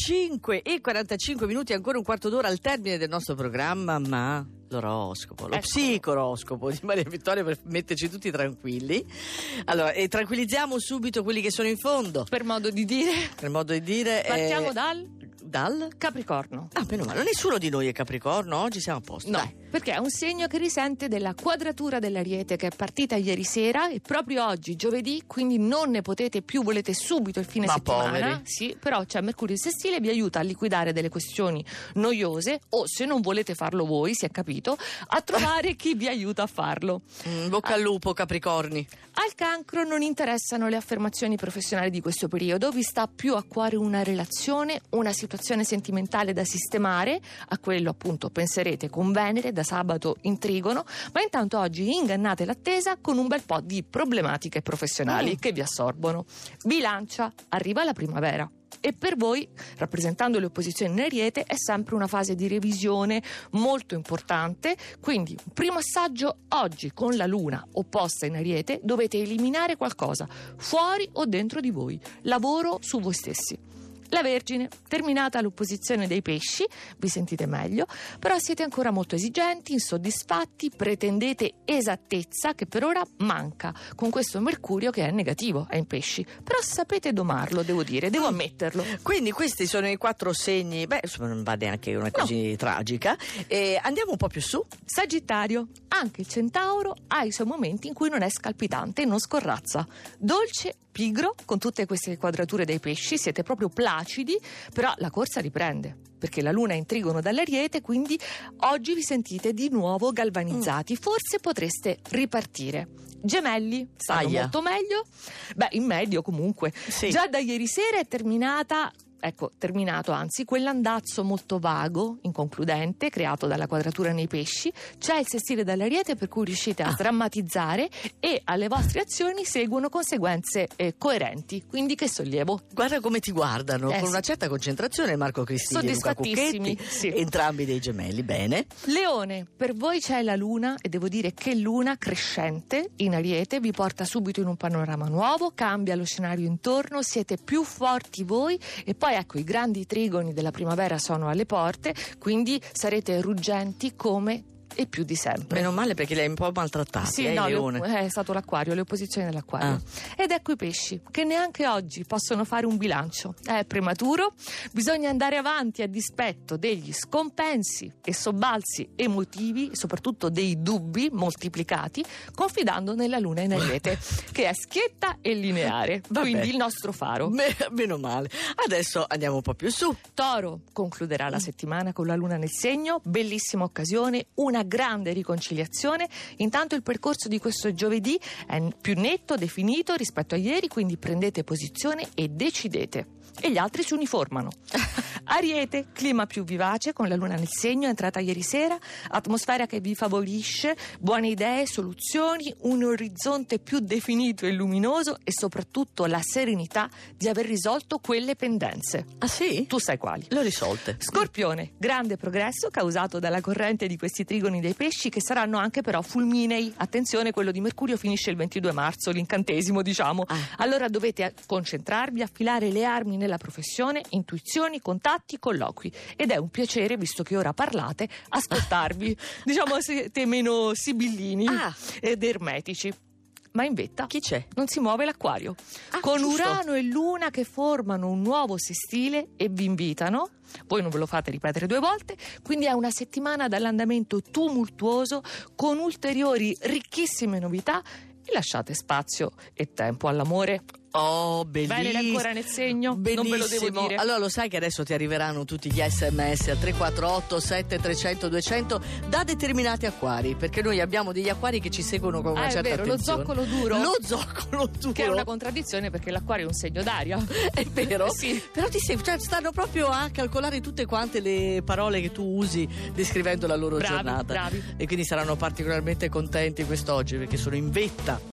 5:45, ancora un quarto d'ora al termine del nostro programma, ma l'oroscopo, lo psicoroscopo di Maria Vittoria per metterci tutti tranquilli. Allora, e tranquillizziamo subito quelli che sono in fondo. Per modo di dire. Partiamo dal Capricorno. Ah, meno male, nessuno di noi è Capricorno, oggi siamo a posto. No, dai. perché è un segno che risente della quadratura dell'Ariete che è partita ieri sera e proprio oggi, giovedì, quindi non ne potete più, volete subito il fine settimana. Poveri. Sì, però c'è Mercurio in sestile, vi aiuta a liquidare delle questioni noiose o, se non volete farlo voi, si è capito, a trovare chi vi aiuta a farlo. Bocca al lupo, Capricorni. Al Cancro non interessano le affermazioni professionali di questo periodo, vi sta più a cuore una relazione, una situazione sentimentale da sistemare, a quello appunto penserete con Venere da sabato in Trigono, ma intanto oggi ingannate l'attesa con un bel po' di problematiche professionali che vi assorbono. Bilancia, arriva la primavera. E per voi, rappresentando le opposizioni in Ariete, è sempre una fase di revisione molto importante, quindi un primo assaggio oggi con la Luna opposta in Ariete, dovete eliminare qualcosa fuori o dentro di voi, lavoro su voi stessi. La Vergine, terminata l'opposizione dei Pesci, vi sentite meglio, però siete ancora molto esigenti, insoddisfatti, pretendete esattezza che per ora manca, con questo Mercurio che è negativo, è in Pesci, però sapete domarlo, devo dire, devo ammetterlo. Quindi questi sono i 4 segni, insomma non va neanche una così tragica. Andiamo un po' più su. Sagittario, anche il Centauro ha i suoi momenti in cui non è scalpitante e non scorrazza. Dolce, pigro, con tutte queste quadrature dei Pesci, siete proprio placidi, però la corsa riprende, perché la Luna è in Trigono dall'Ariete, quindi oggi vi sentite di nuovo galvanizzati, forse potreste ripartire. Gemelli, stanno molto meglio, in medio comunque, sì. Già da ieri sera è terminato anzi quell'andazzo molto vago, inconcludente, creato dalla quadratura nei Pesci. C'è il sestile dall'Ariete per cui riuscite a drammatizzare e alle vostre azioni seguono conseguenze coerenti, quindi che sollievo. Guarda come ti guardano, con una certa concentrazione Marco Cristini e Luca Cucchetti, sì. Entrambi dei gemelli, bene. Leone, per voi c'è la Luna e devo dire che Luna crescente in Ariete vi porta subito in un panorama nuovo, cambia lo scenario intorno, siete più forti voi e poi ecco, i grandi trigoni della primavera sono alle porte, quindi sarete ruggenti come e più di sempre. Meno male, perché li hai un po' maltrattati. Sì, no, è stato l'Acquario, le opposizioni dell'Acquario. Ed ecco i Pesci, che neanche oggi possono fare un bilancio. È prematuro, bisogna andare avanti a dispetto degli scompensi e sobbalzi emotivi, soprattutto dei dubbi moltiplicati, confidando nella Luna in Ariete, che è schietta e lineare. Quindi il nostro faro. Meno male. Adesso andiamo un po' più su. Toro concluderà la settimana con la Luna nel segno, bellissima occasione, una grande riconciliazione. Intanto il percorso di questo giovedì è più netto, definito rispetto a ieri, quindi prendete posizione e decidete. E gli altri si uniformano. Ariete, clima più vivace con la Luna nel segno, è entrata ieri sera, atmosfera che vi favorisce, buone idee, soluzioni, un orizzonte più definito e luminoso e soprattutto la serenità di aver risolto quelle pendenze. Ah sì? Tu sai quali? Le ho risolte. Scorpione, grande progresso causato dalla corrente di questi trigoni dei Pesci che saranno anche però fulminei. Attenzione, quello di Mercurio finisce il 22 marzo, l'incantesimo diciamo. Allora dovete concentrarvi, affilare le armi nella professione, intuizioni, contatti, colloqui. Ed è un piacere, visto che ora parlate, ascoltarvi. Diciamo siete meno sibillini ed ermetici. Ma in vetta chi c'è? Non si muove l'Acquario. Con giusto. Urano e Luna che formano un nuovo sestile e vi invitano. Voi non ve lo fate ripetere 2 volte, quindi è una settimana dall'andamento tumultuoso con ulteriori ricchissime novità e lasciate spazio e tempo all'amore. Oh, bellissimo. Venere ancora nel segno? Bellissimo. Non ve lo devo dire. Allora lo sai che adesso ti arriveranno tutti gli SMS al 348 7300 200 da determinati acquari, perché noi abbiamo degli acquari che ci seguono con una certa attenzione. Lo zoccolo duro. Lo zoccolo duro. Che è una contraddizione perché l'acquario è un segno d'aria. È vero. Sì. Però stanno proprio a calcolare tutte quante le parole che tu usi descrivendo la loro giornata. Bravi. E quindi saranno particolarmente contenti quest'oggi perché sono in vetta.